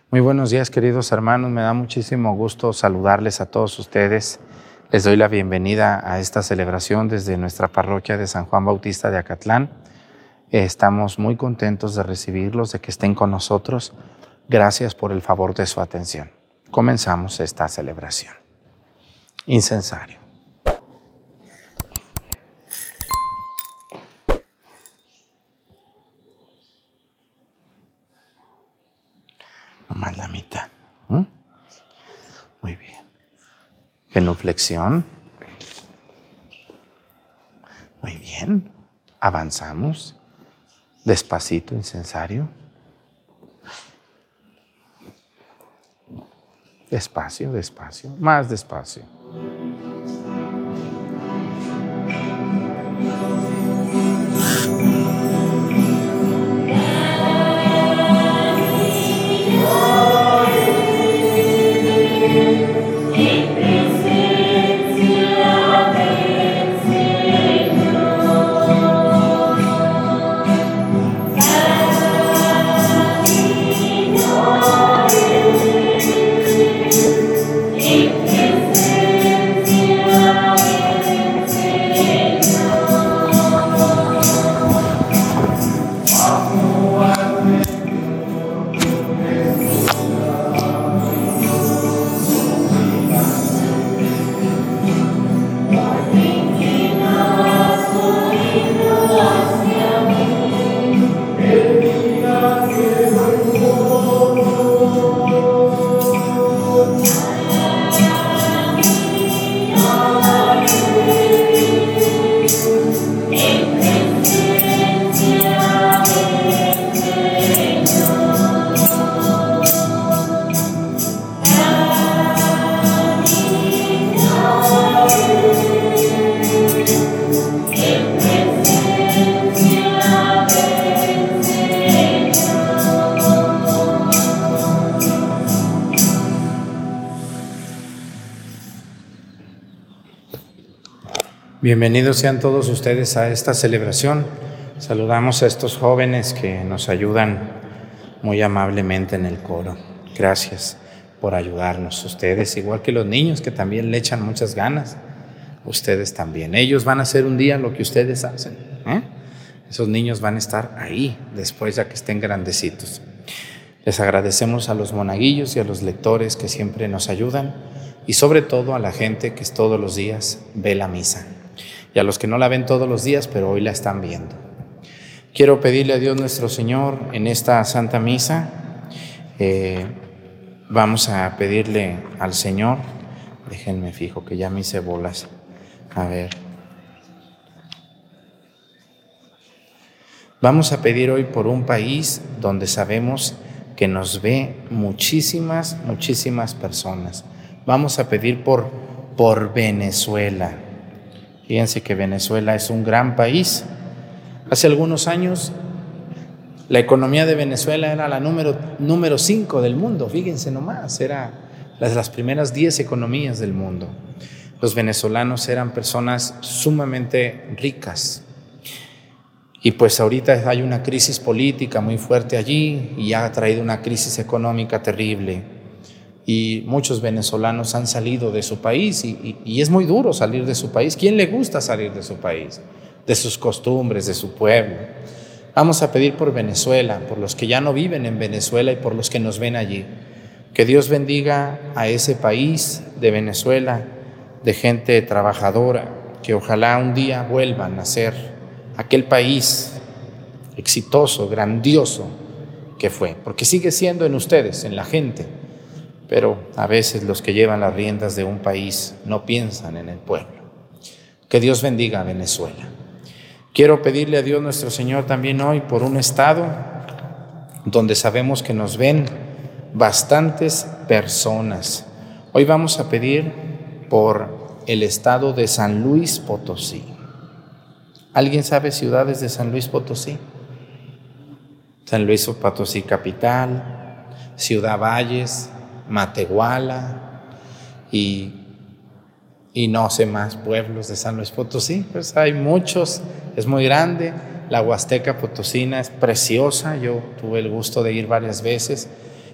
Muy buenos días, queridos hermanos. Me da muchísimo gusto saludarles a todos ustedes. Les doy la bienvenida a esta celebración desde nuestra parroquia de San Juan Bautista de Acatlán. Estamos muy contentos de recibirlos, de que estén con nosotros. Gracias por el favor de su atención. Comenzamos esta celebración. Incensario. Nomás la mitad. Muy bien. Genuflexión. Muy bien. Avanzamos. Despacito, incensario. Despacio, despacio. Más despacio. Bienvenidos sean todos ustedes a esta celebración. Saludamos a estos jóvenes que nos ayudan muy amablemente en el coro. Gracias por ayudarnos. Ustedes, igual que los niños que también le echan muchas ganas, ustedes también. Ellos van a hacer un día lo que ustedes hacen. Esos niños van a estar ahí después ya que estén grandecitos. Les agradecemos a los monaguillos y a los lectores que siempre nos ayudan y sobre todo a la gente que todos los días ve la misa. Y a los que no la ven todos los días, pero hoy la están viendo. Quiero pedirle a Dios nuestro Señor en esta Santa Misa. Vamos a pedirle al Señor. Déjenme fijo que ya me hice bolas. A ver. Vamos a pedir hoy por un país donde sabemos que nos ve muchísimas personas. Vamos a pedir por Venezuela. Fíjense que Venezuela es un gran país. Hace algunos años la economía de Venezuela era la número 5 del mundo. Fíjense nomás, era las primeras 10 economías del mundo. Los venezolanos eran personas sumamente ricas. Y pues ahorita hay una crisis política muy fuerte allí y ha traído una crisis económica terrible. Y muchos venezolanos han salido de su país y es muy duro salir de su país. ¿Quién le gusta salir de su país? De sus costumbres, de su pueblo. Vamos a pedir por Venezuela, por los que ya no viven en Venezuela y por los que nos ven allí. Que Dios bendiga a ese país de Venezuela, de gente trabajadora, que ojalá un día vuelvan a ser aquel país exitoso, grandioso que fue. Porque sigue siendo en ustedes, en la gente. Pero a veces los que llevan las riendas de un país no piensan en el pueblo. Que Dios bendiga a Venezuela. Quiero pedirle a Dios nuestro Señor también hoy por un estado donde sabemos que nos ven bastantes personas. Hoy vamos a pedir por el estado de San Luis Potosí. ¿Alguien sabe ciudades de San Luis Potosí? San Luis Potosí capital, Ciudad Valles, Matehuala y no sé más pueblos de San Luis Potosí. Pues hay muchos, es muy grande. La Huasteca Potosina es preciosa, yo tuve el gusto de ir varias veces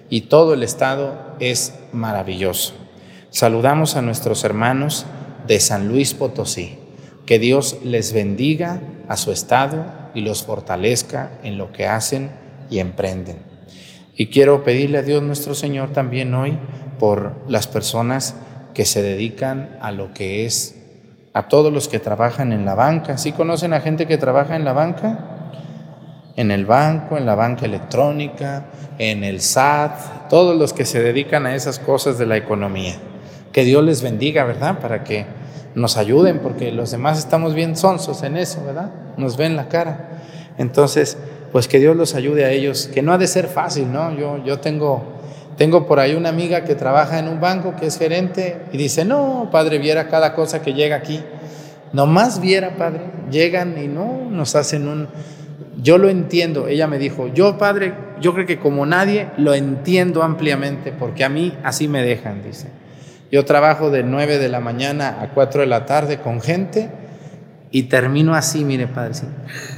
y todo el estado es maravilloso. Saludamos a nuestros hermanos de San Luis Potosí. Que Dios les bendiga a su estado y los fortalezca en lo que hacen y emprenden. Y quiero pedirle a Dios nuestro Señor también hoy por las personas que se dedican a lo que es, a todos los que trabajan en la banca. ¿Sí conocen a gente que trabaja en la banca? En el banco, en la banca electrónica, en el SAT, todos los que se dedican a esas cosas de la economía. Que Dios les bendiga, ¿verdad? Para que nos ayuden, porque los demás estamos bien sonsos en eso, ¿verdad? Nos ven la cara. Entonces, pues que Dios los ayude a ellos, que no ha de ser fácil, ¿no? Yo tengo por ahí una amiga que trabaja en un banco, que es gerente, y dice, no, padre, viera cada cosa que llega aquí. Nomás viera, padre, llegan y no, nos hacen yo lo entiendo. Ella me dijo, yo, padre, yo creo que como nadie lo entiendo ampliamente, porque a mí así me dejan, dice. Yo trabajo de 9 de la mañana a 4 de la tarde con gente y termino así, mire, padre, sí.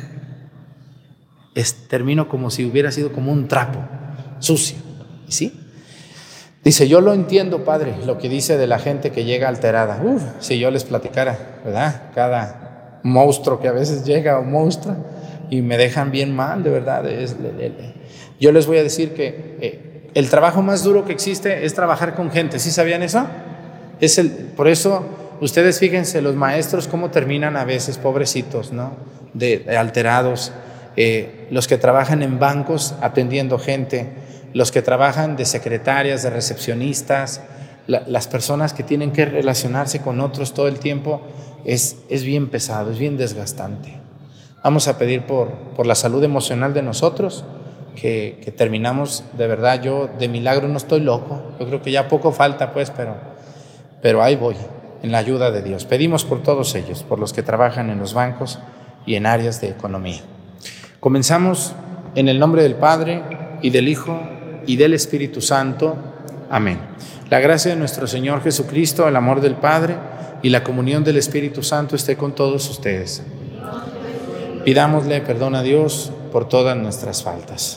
Termino como si hubiera sido como un trapo, sucio, ¿sí? Dice, yo lo entiendo, padre, lo que dice de la gente que llega alterada. Si yo les platicara, ¿verdad? Cada monstruo que a veces llega o monstrua y me dejan bien mal, de verdad. Yo les voy a decir que el trabajo más duro que existe es trabajar con gente. ¿Sí sabían eso? Por eso, ustedes fíjense, los maestros cómo terminan a veces, pobrecitos, ¿no? De alterados. Los que trabajan en bancos atendiendo gente, los que trabajan de secretarias, de recepcionistas, las personas que tienen que relacionarse con otros todo el tiempo, es bien pesado, es bien desgastante. Vamos a pedir por la salud emocional de nosotros, que terminamos, de verdad, yo de milagro no estoy loco, yo creo que ya poco falta pues, pero ahí voy, en la ayuda de Dios. Pedimos por todos ellos, por los que trabajan en los bancos y en áreas de economía. Comenzamos en el nombre del Padre y del Hijo y del Espíritu Santo. Amén. La gracia de nuestro Señor Jesucristo, el amor del Padre y la comunión del Espíritu Santo esté con todos ustedes. Pidámosle perdón a Dios por todas nuestras faltas.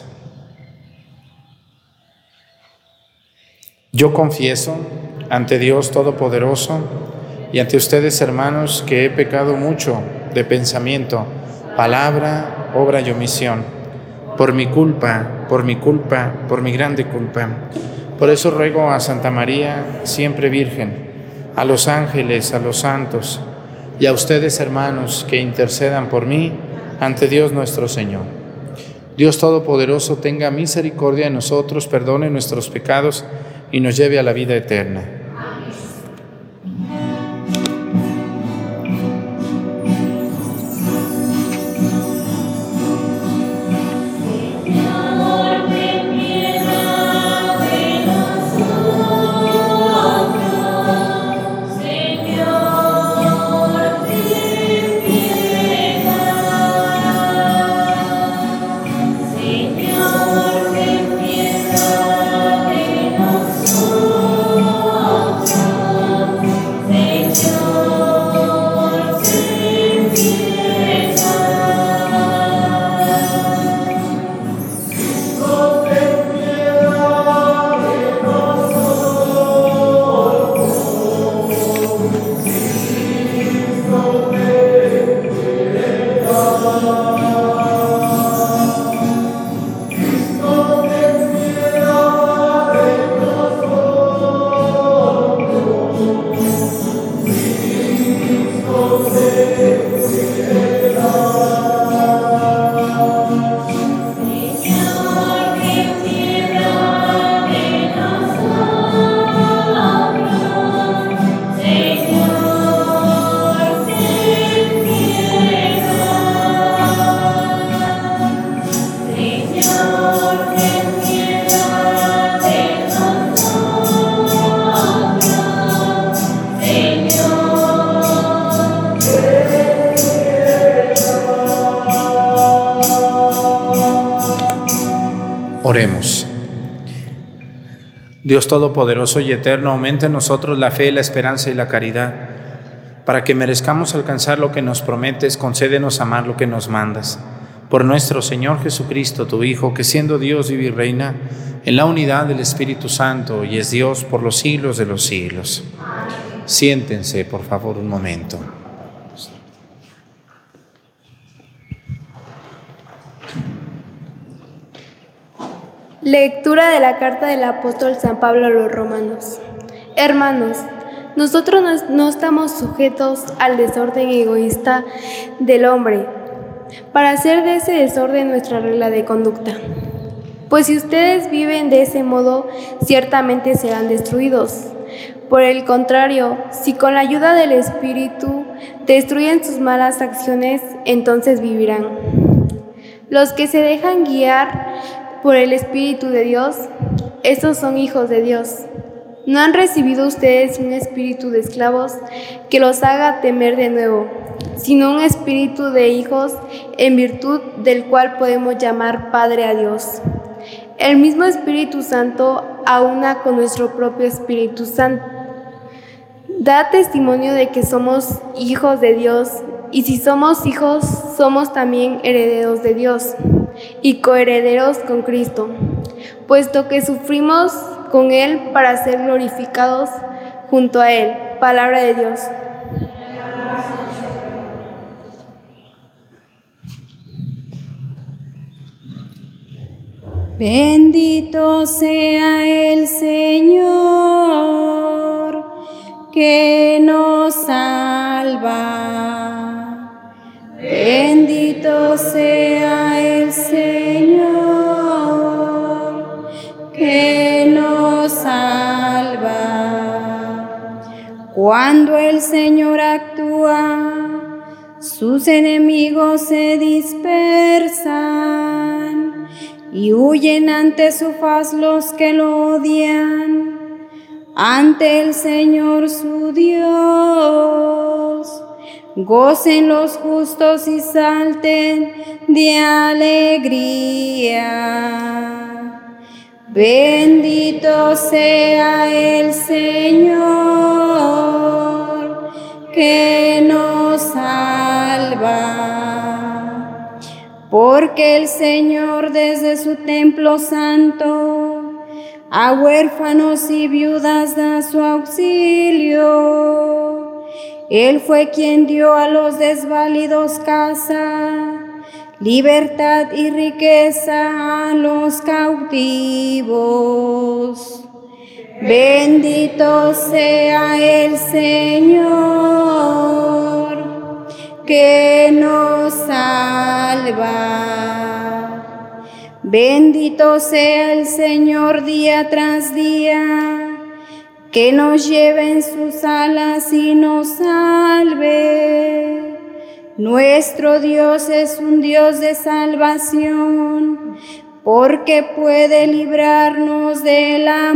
Yo confieso ante Dios Todopoderoso y ante ustedes, hermanos, que he pecado mucho de pensamiento, palabra, obra y omisión, por mi grande culpa. Por eso ruego a Santa María, siempre Virgen, a los ángeles, a los santos y a ustedes, hermanos, que intercedan por mí ante Dios nuestro Señor. Dios Todopoderoso tenga misericordia de nosotros, perdone nuestros pecados y nos lleve a la vida eterna. Oremos. Dios Todopoderoso y Eterno, aumenta en nosotros la fe, la esperanza y la caridad. Para que merezcamos alcanzar lo que nos prometes, concédenos amar lo que nos mandas. Por nuestro Señor Jesucristo, tu Hijo, que siendo Dios vive y reina en la unidad del Espíritu Santo, y es Dios por los siglos de los siglos. Siéntense, por favor, un momento. Lectura de la carta del apóstol San Pablo a los romanos. Hermanos, nosotros no estamos sujetos al desorden egoísta del hombre, para hacer de ese desorden nuestra regla de conducta. Pues si ustedes viven de ese modo, ciertamente serán destruidos. Por el contrario, si con la ayuda del Espíritu destruyen sus malas acciones, entonces vivirán. Los que se dejan guiar por el Espíritu de Dios, estos son hijos de Dios. ¿No han recibido ustedes un espíritu de esclavos que los haga temer de nuevo, sino un espíritu de hijos en virtud del cual podemos llamar Padre a Dios? El mismo Espíritu Santo aúna con nuestro propio Espíritu Santo. Da testimonio de que somos hijos de Dios, y si somos hijos, somos también herederos de Dios y coherederos con Cristo, puesto que sufrimos con Él para ser glorificados junto a Él. Palabra de Dios. Bendito sea el Señor que nos salva. Bendito sea el Señor que nos salva. Cuando el Señor actúa, sus enemigos se dispersan y huyen ante su faz los que lo odian. Ante el Señor su Dios, gocen los justos y salten de alegría. Bendito sea el Señor que nos salva, porque el Señor desde su templo santo a huérfanos y viudas da su auxilio. Él fue quien dio a los desvalidos casa, libertad y riqueza a los cautivos. Bendito sea el Señor que nos salva. Bendito sea el Señor día tras día, que nos lleve en sus alas y nos salve. Nuestro Dios es un Dios de salvación, porque puede librarnos de la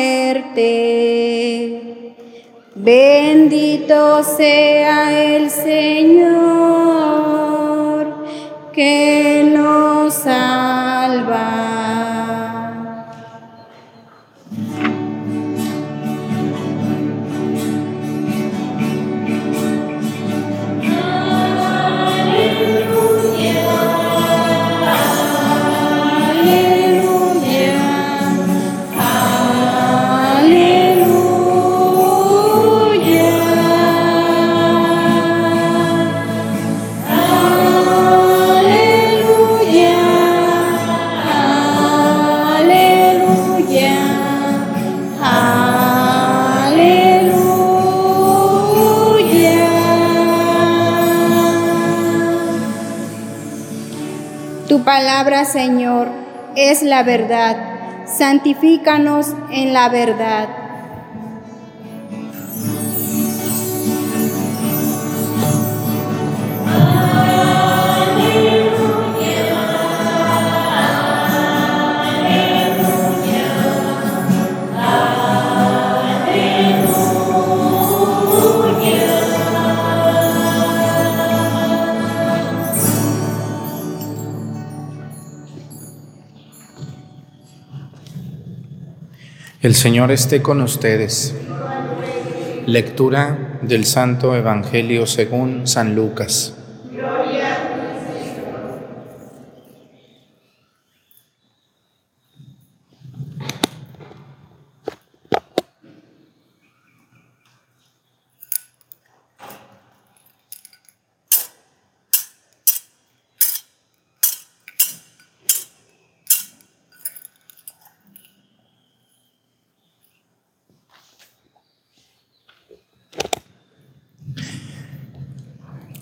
muerte. Bendito sea el Señor que nos salva. Tu palabra, Señor, es la verdad. Santifícanos en la verdad. El Señor esté con ustedes. Lectura del Santo Evangelio según San Lucas.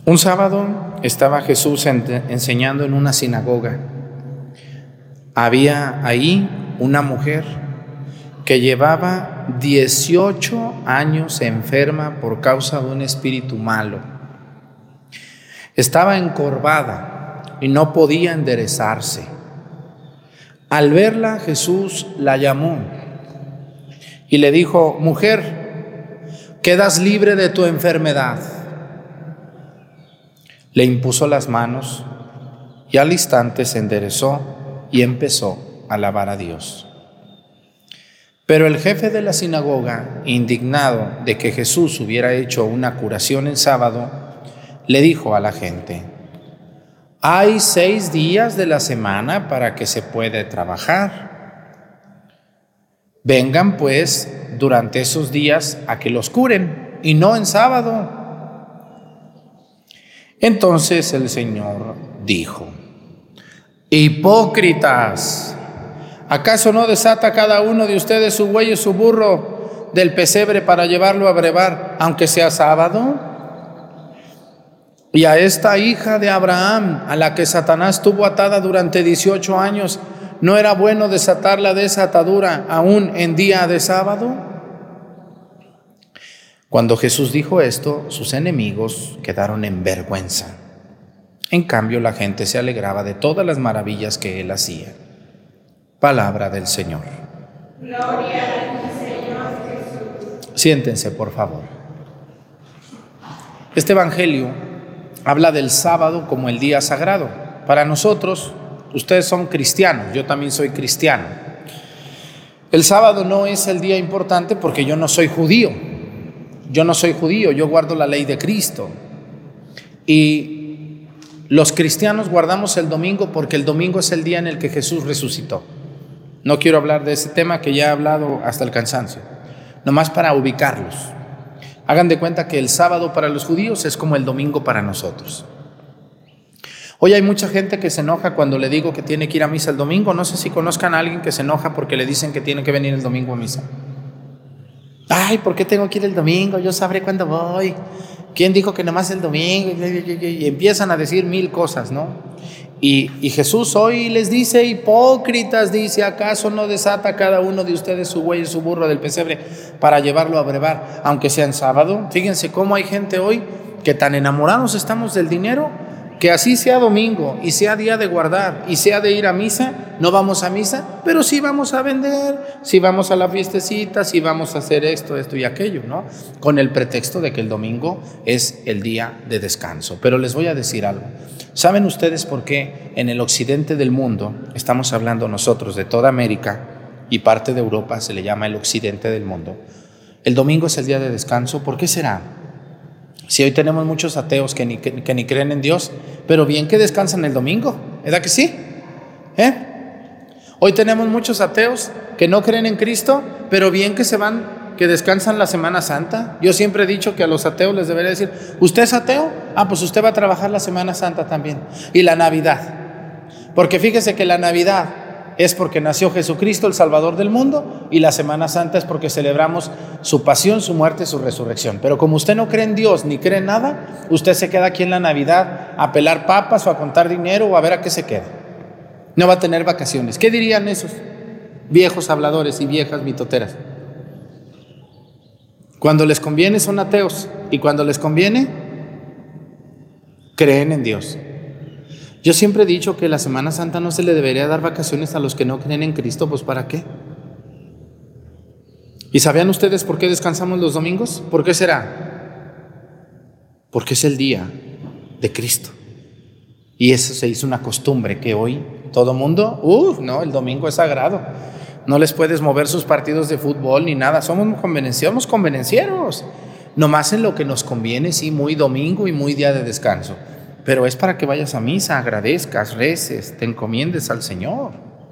Un sábado estaba Jesús enseñando en una sinagoga. Había ahí una mujer que llevaba 18 años enferma por causa de un espíritu malo. Estaba encorvada y no podía enderezarse. Al verla, Jesús la llamó y le dijo: mujer, quedas libre de tu enfermedad. Le impuso las manos y al instante se enderezó y empezó a alabar a Dios. Pero el jefe de la sinagoga, indignado de que Jesús hubiera hecho una curación en sábado, le dijo a la gente: hay 6 días de la semana para que se pueda trabajar. Vengan pues durante esos días a que los curen y no en sábado. Entonces el Señor dijo: hipócritas, ¿acaso no desata cada uno de ustedes su buey y su burro del pesebre para llevarlo a brevar, aunque sea sábado? Y a esta hija de Abraham, a la que Satanás tuvo atada durante 18 años, ¿no era bueno desatarla de esa atadura aún en día de sábado? Cuando Jesús dijo esto, sus enemigos quedaron en vergüenza. En cambio, la gente se alegraba de todas las maravillas que él hacía. Palabra del Señor. Gloria a ti, Señor Jesús. Siéntense, por favor. Este evangelio habla del sábado como el día sagrado. Para nosotros, ustedes son cristianos, yo también soy cristiano. El sábado no es el día importante porque yo no soy judío. Yo guardo la ley de Cristo. Y los cristianos guardamos el domingo porque el domingo es el día en el que Jesús resucitó. No quiero hablar de ese tema que ya he hablado hasta el cansancio, nomás para ubicarlos. Hagan de cuenta que el sábado para los judíos es como el domingo para nosotros. Hoy hay mucha gente que se enoja cuando le digo que tiene que ir a misa el domingo. No sé si conozcan a alguien que se enoja porque le dicen que tiene que venir el domingo a misa. Ay, ¿por qué tengo que ir el domingo? Yo sabré cuándo voy. ¿Quién dijo que nomás el domingo? Y empiezan a decir 1000 cosas, ¿no? Y Jesús hoy les dice: hipócritas, dice, ¿acaso no desata cada uno de ustedes su buey y su burro del pesebre para llevarlo a brevar, aunque sea en sábado? Fíjense cómo hay gente hoy que tan enamorados estamos del dinero, que así sea domingo y sea día de guardar y sea de ir a misa, no vamos a misa, pero sí vamos a vender, sí vamos a la fiestecita, sí vamos a hacer esto y aquello, ¿no? Con el pretexto de que el domingo es el día de descanso. Pero les voy a decir algo. ¿Saben ustedes por qué en el occidente del mundo, estamos hablando nosotros de toda América y parte de Europa, se le llama el occidente del mundo, el domingo es el día de descanso? ¿Por qué será? Si hoy tenemos muchos ateos que ni creen en Dios, pero bien que descansan el domingo, ¿verdad que sí? Hoy tenemos muchos ateos que no creen en Cristo, pero bien que descansan la Semana Santa. Yo siempre he dicho que a los ateos les debería decir: ¿usted es ateo? Pues usted va a trabajar la Semana Santa también. Y la Navidad, porque fíjese que la Navidad es porque nació Jesucristo, el Salvador del mundo, y la Semana Santa es porque celebramos su pasión, su muerte y su resurrección. Pero como usted no cree en Dios ni cree en nada, usted se queda aquí en la Navidad a pelar papas o a contar dinero o a ver a qué se queda. No va a tener vacaciones. ¿Qué dirían esos viejos habladores y viejas mitoteras? Cuando les conviene son ateos y cuando les conviene creen en Dios. Yo siempre he dicho que la Semana Santa no se le debería dar vacaciones a los que no creen en Cristo, pues ¿para qué? ¿Y sabían ustedes por qué descansamos los domingos? ¿Por qué será? Porque es el día de Cristo. Y eso se hizo una costumbre que hoy todo mundo, no, el domingo es sagrado. No les puedes mover sus partidos de fútbol ni nada, somos convenencieros. Nomás en lo que nos conviene, sí, muy domingo y muy día de descanso. Pero es para que vayas a misa, agradezcas, reces, te encomiendes al Señor.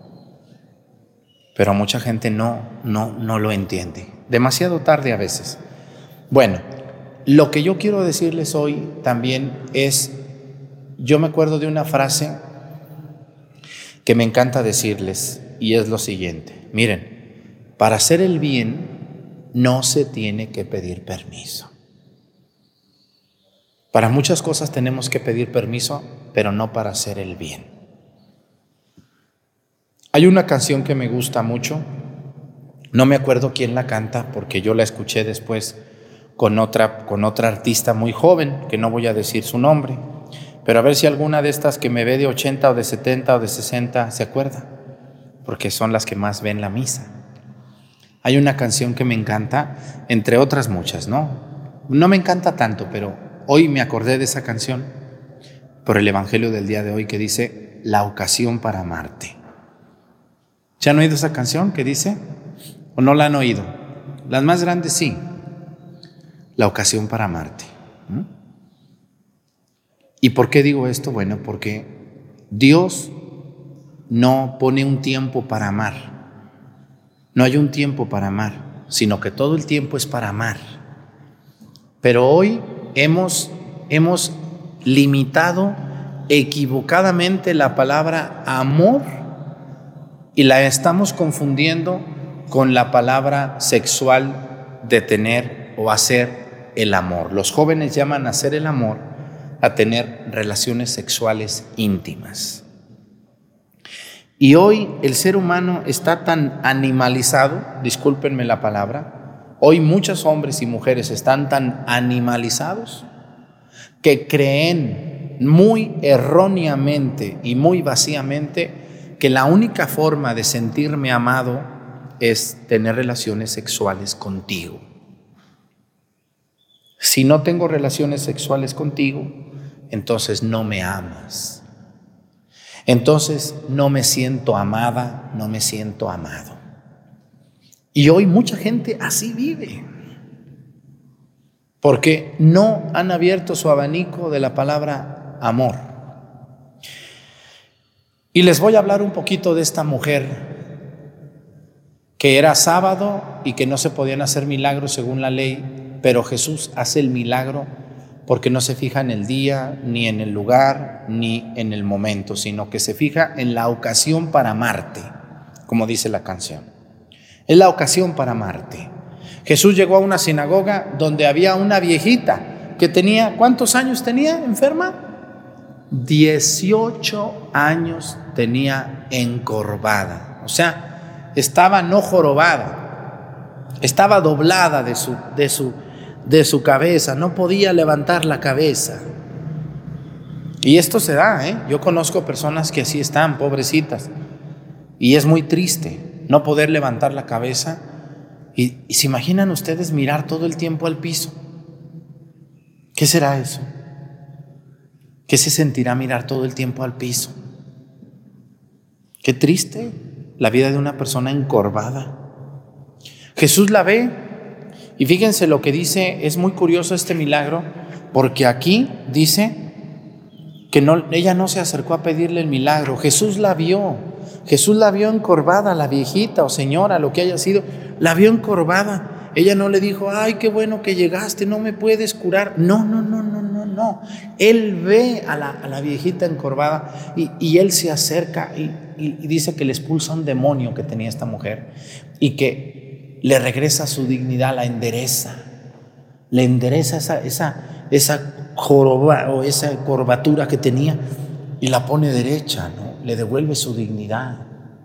Pero mucha gente no lo entiende. Demasiado tarde a veces. Bueno, lo que yo quiero decirles hoy también es, yo me acuerdo de una frase que me encanta decirles y es lo siguiente. Miren, para hacer el bien no se tiene que pedir permiso. Para muchas cosas tenemos que pedir permiso, pero no para hacer el bien. Hay una canción que me gusta mucho, no me acuerdo quién la canta porque yo la escuché después con otra artista muy joven, que no voy a decir su nombre, pero a ver si alguna de estas que me ve de 80 o de 70 o de 60 se acuerda, porque son las que más ven la misa. Hay una canción que me encanta, entre otras muchas, ¿no? No me encanta tanto, pero hoy me acordé de esa canción por el evangelio del día de hoy que dice, la ocasión para amarte. ¿Ya han oído esa canción que dice? ¿O no la han oído? Las más grandes sí. La ocasión para amarte. ¿Y por qué digo esto? Bueno, porque Dios no pone un tiempo para amar. No hay un tiempo para amar, sino que todo el tiempo es para amar. Pero hoy hemos limitado equivocadamente la palabra amor y la estamos confundiendo con la palabra sexual de tener o hacer el amor. Los jóvenes llaman hacer el amor a tener relaciones sexuales íntimas. Y hoy el ser humano está tan animalizado, discúlpenme la palabra, hoy muchos hombres y mujeres están tan animalizados que creen muy erróneamente y muy vacíamente que la única forma de sentirme amado es tener relaciones sexuales contigo. Si no tengo relaciones sexuales contigo, entonces no me amas. Entonces no me siento amada, no me siento amado. Y hoy mucha gente así vive, porque no han abierto su abanico de la palabra amor. Y les voy a hablar un poquito de esta mujer que era sábado y que no se podían hacer milagros según la ley, pero Jesús hace el milagro porque no se fija en el día, ni en el lugar, ni en el momento, sino que se fija en la ocasión para amarte, como dice la canción. Es la ocasión para amarte. Jesús llegó a una sinagoga donde había una viejita que tenía, ¿cuántos años tenía enferma? 18 años tenía encorvada, o sea, estaba no jorobada, estaba doblada de su cabeza, no podía levantar la cabeza. Y esto se da, yo conozco personas que así están, pobrecitas, y es muy triste no poder levantar la cabeza. Y se imaginan ustedes mirar todo el tiempo al piso. ¿Qué será eso? ¿Qué se sentirá mirar todo el tiempo al piso? Qué triste la vida de una persona encorvada. Jesús la ve y fíjense lo que dice, es muy curioso este milagro, porque aquí dice que ella no se acercó a pedirle el milagro, Jesús la vio encorvada, la viejita o señora, lo que haya sido, la vio encorvada. Ella no le dijo, ay, qué bueno que llegaste, no me puedes curar. No. Él ve a la viejita encorvada y él se acerca y dice que le expulsa un demonio que tenía esta mujer y que le regresa su dignidad, la endereza. Le endereza esa joroba o esa curvatura que tenía y la pone derecha, ¿no? Le devuelve su dignidad.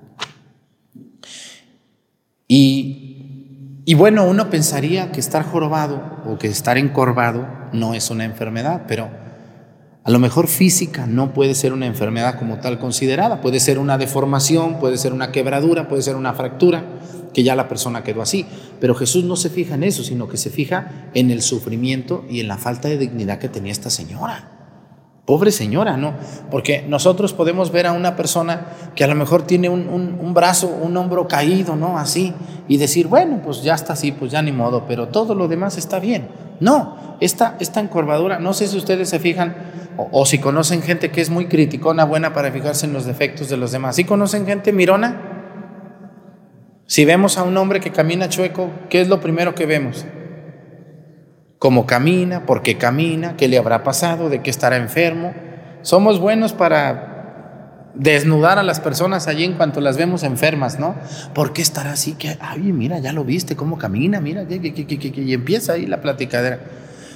Y bueno, uno pensaría que estar jorobado o que estar encorvado no es una enfermedad, pero a lo mejor física no puede ser una enfermedad como tal considerada. Puede ser una deformación, puede ser una quebradura, puede ser una fractura, que ya la persona quedó así. Pero Jesús no se fija en eso, sino que se fija en el sufrimiento y en la falta de dignidad que tenía esta señora. Pobre señora, ¿no? Porque nosotros podemos ver a una persona que a lo mejor tiene un brazo, un hombro caído, ¿no? Así, y decir, bueno, pues ya está así, pues ya ni modo, pero todo lo demás está bien. No, esta encorvadura, no sé si ustedes se fijan o si conocen gente que es muy criticona, buena para fijarse en los defectos de los demás. ¿Sí conocen gente mirona? Si vemos a un hombre que camina chueco, ¿qué es lo primero que vemos? Cómo camina, por qué camina, qué le habrá pasado, de qué estará enfermo. Somos buenos para desnudar a las personas allí en cuanto las vemos enfermas, ¿no? ¿Por qué estará así? Ay, mira, ya lo viste, cómo camina, mira, y empieza ahí la platicadera.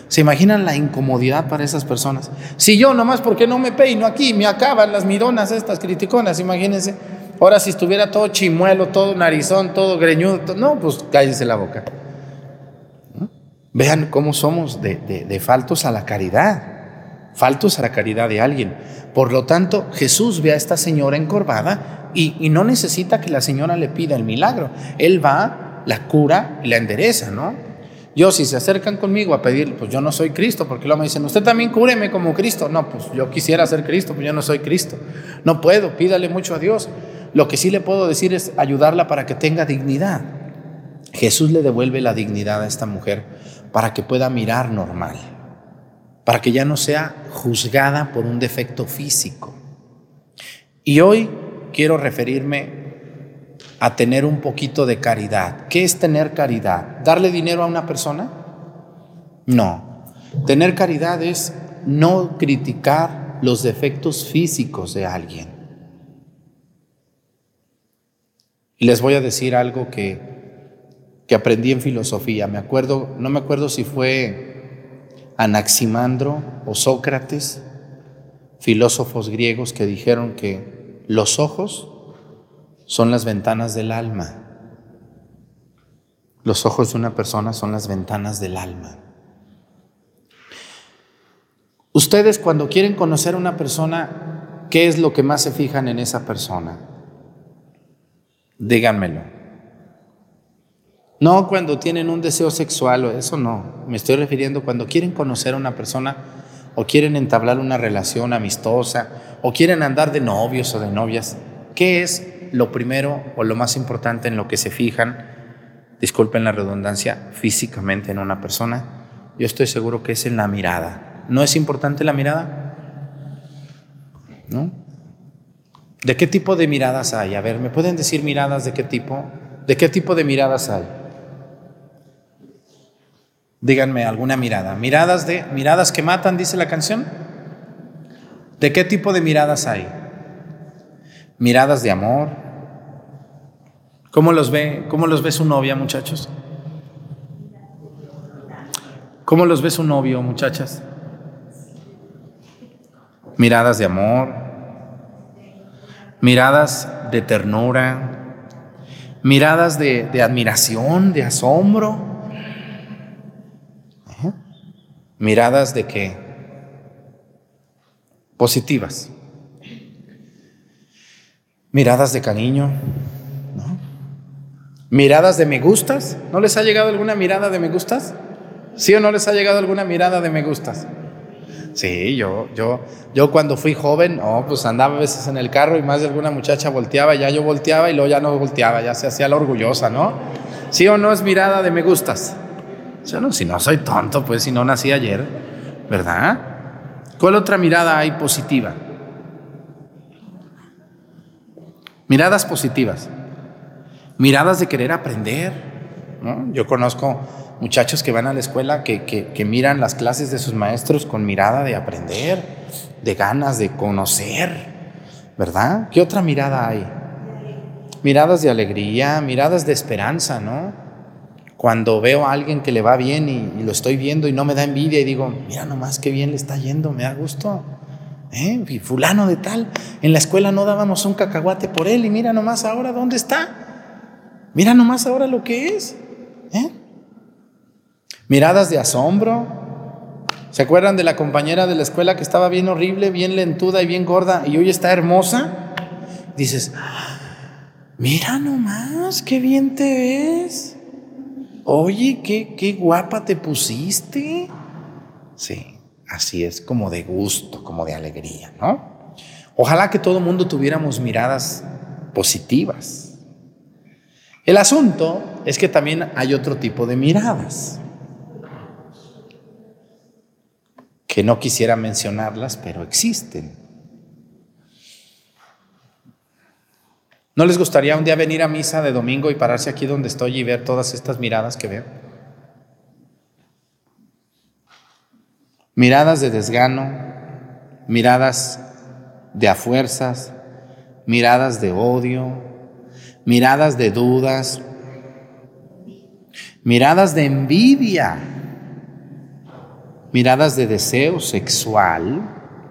¿Se imaginan la incomodidad para esas personas? Si yo nomás porque no me peino aquí, me acaban las mironas estas criticonas, imagínense. Ahora si estuviera todo chimuelo, todo narizón, todo greñudo, no, pues cállese la boca. ¿No? Vean cómo somos de faltos a la caridad, faltos a la caridad de alguien. Por lo tanto, Jesús ve a esta señora encorvada y no necesita que la señora le pida el milagro. Él va, la cura y la endereza, ¿no? Yo, si se acercan conmigo a pedir, pues yo no soy Cristo, porque luego me dicen, usted también cúreme como Cristo. No, pues yo quisiera ser Cristo, pero yo no soy Cristo. No puedo, pídale mucho a Dios. Lo que sí le puedo decir es ayudarla para que tenga dignidad. Jesús le devuelve la dignidad a esta mujer para que pueda mirar normal, para que ya no sea juzgada por un defecto físico. Y hoy quiero referirme a tener un poquito de caridad. ¿Qué es tener caridad? ¿Darle dinero a una persona? No. Tener caridad es no criticar los defectos físicos de alguien. Y les voy a decir algo que aprendí en filosofía. No me acuerdo si fue Anaximandro o Sócrates, filósofos griegos que dijeron que los ojos son las ventanas del alma. Los ojos de una persona son las ventanas del alma. Ustedes, cuando quieren conocer a una persona, ¿qué es lo que más se fijan en esa persona? Díganmelo. No cuando tienen un deseo sexual, o eso no. Me estoy refiriendo cuando quieren conocer a una persona o quieren entablar una relación amistosa o quieren andar de novios o de novias. ¿Qué es lo primero o lo más importante en lo que se fijan, disculpen la redundancia, físicamente en una persona? Yo estoy seguro que es en la mirada. ¿No es importante la mirada? ¿No? ¿De qué tipo de miradas hay? A ver, ¿me pueden decir miradas de qué tipo? ¿De qué tipo de miradas hay? Díganme alguna mirada. Miradas que matan, dice la canción. ¿De qué tipo de miradas hay? Miradas de amor. ¿Cómo los ve su novia, muchachos? ¿Cómo los ve su novio, muchachas? Miradas de amor, miradas de ternura, miradas de admiración, de asombro. Miradas de qué? Positivas. Miradas de cariño, ¿no? Miradas de me gustas. ¿No les ha llegado alguna mirada de me gustas? ¿Sí o no les ha llegado alguna mirada de me gustas? Sí, yo cuando fui joven, pues andaba a veces en el carro y más de alguna muchacha volteaba, ya yo volteaba y luego ya no volteaba, ya se hacía la orgullosa, ¿no? ¿Sí o no es mirada de me gustas? Yo no, si no soy tonto, pues si no nací ayer, ¿verdad? ¿Cuál otra mirada hay positiva? Miradas positivas, miradas de querer aprender, ¿no? Yo conozco muchachos que van a la escuela que miran las clases de sus maestros con mirada de aprender, de ganas de conocer, ¿verdad? ¿Qué otra mirada hay? Miradas de alegría, miradas de esperanza, ¿no? Cuando veo a alguien que le va bien y lo estoy viendo y no me da envidia y digo, mira nomás qué bien le está yendo, me da gusto. Y fulano de tal, en la escuela no dábamos un cacahuate por él y mira nomás ahora dónde está, mira nomás ahora lo que es. Miradas de asombro. ¿Se acuerdan de la compañera de la escuela que estaba bien horrible, bien lentuda y bien gorda y hoy está hermosa? Dices, mira nomás qué bien te ves, oye qué guapa te pusiste. Sí. Así es, como de gusto, como de alegría, ¿no? Ojalá que todo el mundo tuviéramos miradas positivas. El asunto es que también hay otro tipo de miradas, que no quisiera mencionarlas, pero existen. ¿No les gustaría un día venir a misa de domingo y pararse aquí donde estoy y ver todas estas miradas que veo? Miradas de desgano, miradas de a fuerzas, miradas de odio, miradas de dudas, miradas de envidia. miradas de deseo sexual,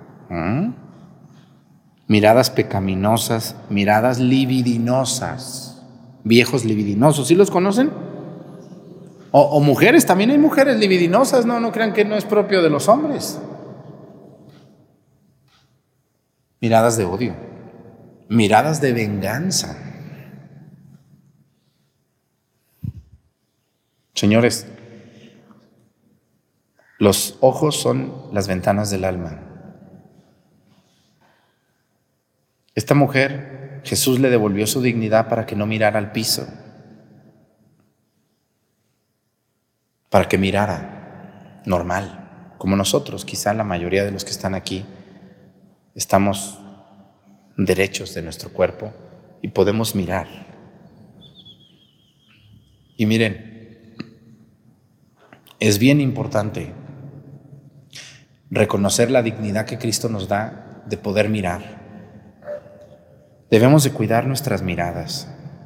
miradas pecaminosas, miradas libidinosas, viejos libidinosos. ¿Sí los conocen? O mujeres, también hay mujeres libidinosas, no crean que no es propio de los hombres. Miradas de odio, miradas de venganza. Señores, los ojos son las ventanas del alma. Esta mujer, Jesús le devolvió su dignidad para que no mirara al piso, para que mirara normal, como nosotros. Quizá la mayoría de los que están aquí estamos derechos de nuestro cuerpo y podemos mirar. Y miren, es bien importante reconocer la dignidad que Cristo nos da de poder mirar. Debemos de cuidar nuestras miradas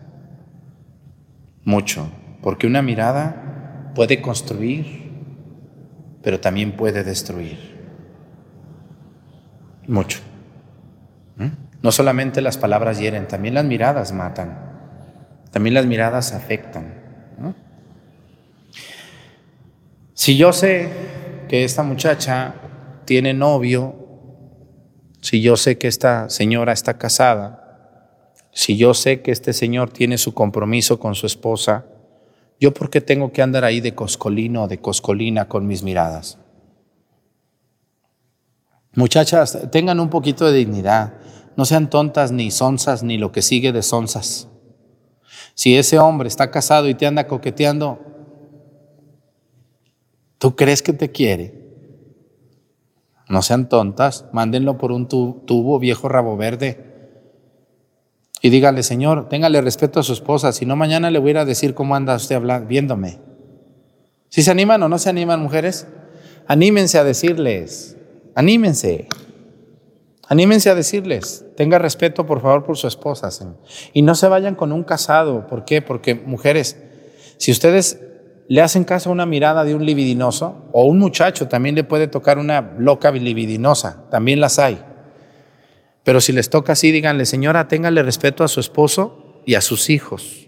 mucho, porque una mirada puede construir, pero también puede destruir. Mucho. No solamente las palabras hieren, también las miradas matan, también las miradas afectan, ¿no? Si yo sé que esta muchacha tiene novio, si yo sé que esta señora está casada, si yo sé que este señor tiene su compromiso con su esposa, ¿yo por qué tengo que andar ahí de coscolino o de coscolina con mis miradas? Muchachas, tengan un poquito de dignidad, no sean tontas ni sonzas ni lo que sigue de sonzas. Si ese hombre está casado y te anda coqueteando, ¿tú crees que te quiere? No sean tontas, mándenlo por un tubo, viejo rabo verde. Y dígale, Señor, téngale respeto a su esposa, si no mañana le voy a ir a decir cómo anda usted hablando, viéndome. ¿Sí se animan o no se animan, mujeres? Anímense a decirles, anímense a decirles, tenga respeto por favor por su esposa, Señor. Y no se vayan con un casado. ¿Por qué? Porque mujeres, si ustedes le hacen caso a una mirada de un libidinoso, o un muchacho también le puede tocar una loca libidinosa, también las hay. Pero si les toca así, díganle, señora, téngale respeto a su esposo y a sus hijos.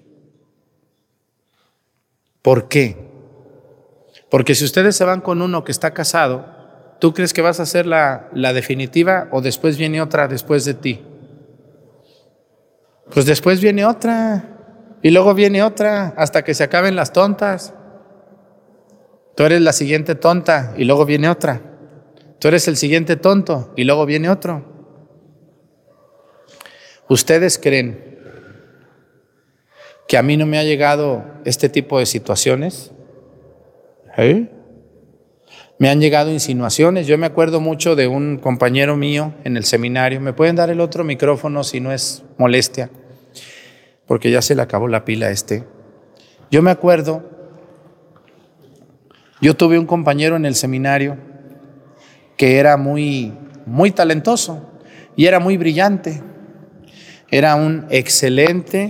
¿Por qué? Porque si ustedes se van con uno que está casado, ¿tú crees que vas a ser la definitiva o después viene otra después de ti? Pues después viene otra y luego viene otra hasta que se acaben las tontas. Tú eres la siguiente tonta y luego viene otra. Tú eres el siguiente tonto y luego viene otro. ¿Ustedes creen que a mí no me ha llegado este tipo de situaciones? Me han llegado insinuaciones. Yo me acuerdo mucho de un compañero mío en el seminario. ¿Me pueden dar el otro micrófono si no es molestia? Porque ya se le acabó la pila a este. Yo me acuerdo, yo tuve un compañero en el seminario que era muy talentoso y era muy brillante. Era un excelente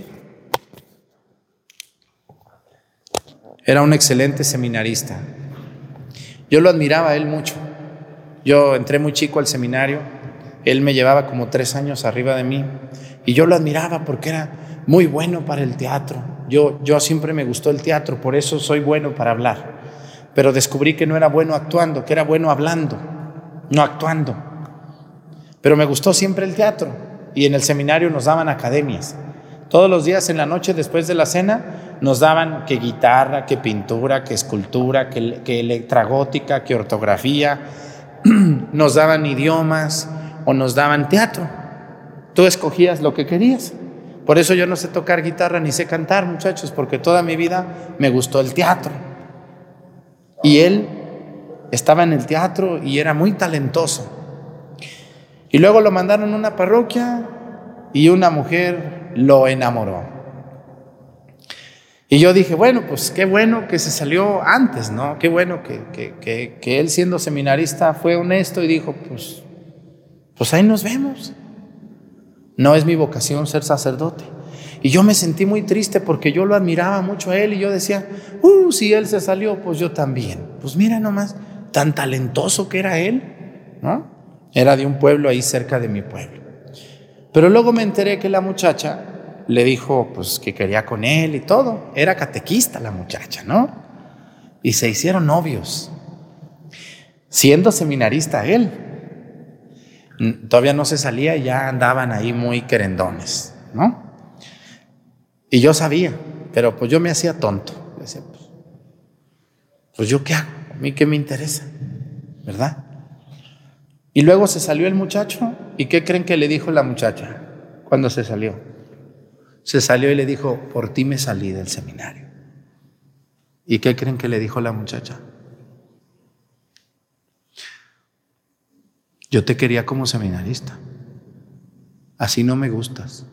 seminarista. Yo lo admiraba a él mucho. Yo entré muy chico al seminario, él me llevaba como 3 años arriba de mí y yo lo admiraba porque era muy bueno para el teatro. Yo siempre me gustó el teatro, por eso soy bueno para hablar. Pero descubrí que no era bueno actuando, que era bueno hablando, no actuando. Pero me gustó siempre el teatro. Y en el seminario nos daban academias. Todos los días en la noche después de la cena nos daban que guitarra, que pintura, que escultura, que electragótica, que ortografía. Nos daban idiomas o nos daban teatro. Tú escogías lo que querías. Por eso yo no sé tocar guitarra ni sé cantar, muchachos, porque toda mi vida me gustó el teatro. Y él estaba en el teatro y era muy talentoso. Y luego lo mandaron a una parroquia y una mujer lo enamoró. Y yo dije, bueno, pues qué bueno que se salió antes, ¿no? Qué bueno que él siendo seminarista fue honesto y dijo, pues ahí nos vemos. No es mi vocación ser sacerdote. Y yo me sentí muy triste porque yo lo admiraba mucho a él y yo decía, si él se salió, pues yo también. Pues mira nomás, tan talentoso que era él, ¿no? Era de un pueblo ahí cerca de mi pueblo. Pero luego me enteré que la muchacha le dijo pues que quería con él y todo. Era catequista la muchacha, ¿no? Y se hicieron novios, siendo seminarista él. Todavía no se salía y ya andaban ahí muy querendones, ¿no? Y yo sabía, pero pues yo me hacía tonto. Decía, pues yo qué hago, a mí qué me interesa, ¿verdad? Y luego se salió el muchacho, ¿y qué creen que le dijo la muchacha cuando se salió? Se salió y le dijo, por ti me salí del seminario. ¿Y qué creen que le dijo la muchacha? Yo te quería como seminarista, así no me gustas.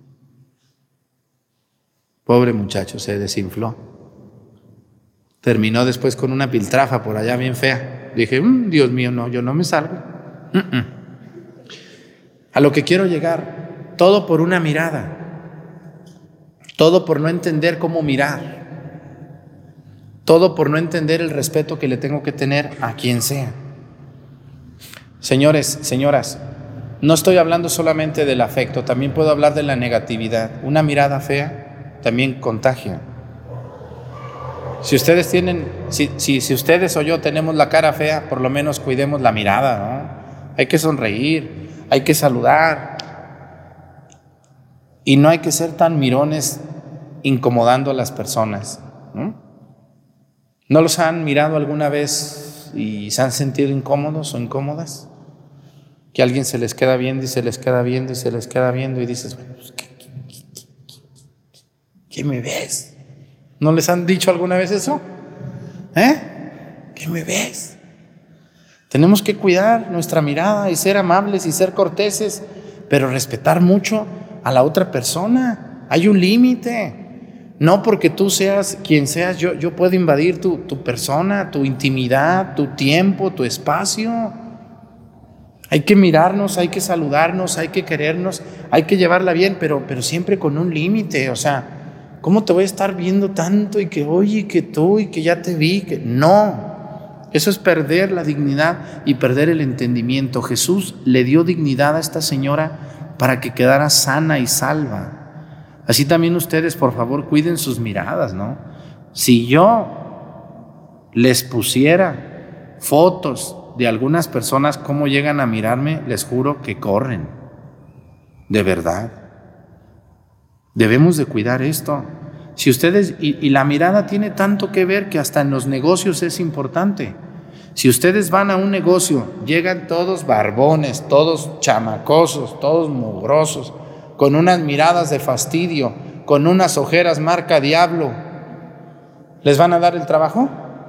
Pobre muchacho, se desinfló. Terminó después con una piltrafa por allá bien fea. Dije, Dios mío, no, yo no me salgo. A lo que quiero llegar, todo por una mirada. Todo por no entender cómo mirar. Todo por no entender el respeto que le tengo que tener a quien sea. Señores, señoras, no estoy hablando solamente del afecto, también puedo hablar de la negatividad. Una mirada fea también contagia. Si ustedes tienen, si ustedes o yo tenemos la cara fea, por lo menos cuidemos la mirada, ¿no? Hay que sonreír, hay que saludar. Y no hay que ser tan mirones incomodando a las personas, ¿no? ¿No los han mirado alguna vez y se han sentido incómodos o incómodas? Que alguien se les queda viendo y se les queda viendo y se les queda viendo y dices, bueno, pues, ¿qué me ves? ¿No les han dicho alguna vez eso? ¿Qué me ves? Tenemos que cuidar nuestra mirada y ser amables y ser corteses, pero respetar mucho a la otra persona. Hay un límite. No porque tú seas quien seas, yo puedo invadir tu persona, tu intimidad, tu tiempo, tu espacio. Hay que mirarnos, hay que saludarnos, hay que querernos, hay que llevarla bien, pero siempre con un límite. O sea, ¿cómo te voy a estar viendo tanto y que oye, que tú y que ya te vi? Que no, eso es perder la dignidad y perder el entendimiento. Jesús le dio dignidad a esta señora para que quedara sana y salva. Así también ustedes, por favor, cuiden sus miradas, ¿no? Si yo les pusiera fotos de algunas personas, cómo llegan a mirarme, les juro que corren. De verdad. Debemos de cuidar esto. Si ustedes, y la mirada tiene tanto que ver que hasta en los negocios es importante. Si ustedes van a un negocio, llegan todos barbones, todos chamacosos, todos mugrosos, con unas miradas de fastidio, con unas ojeras marca diablo, ¿les van a dar el trabajo?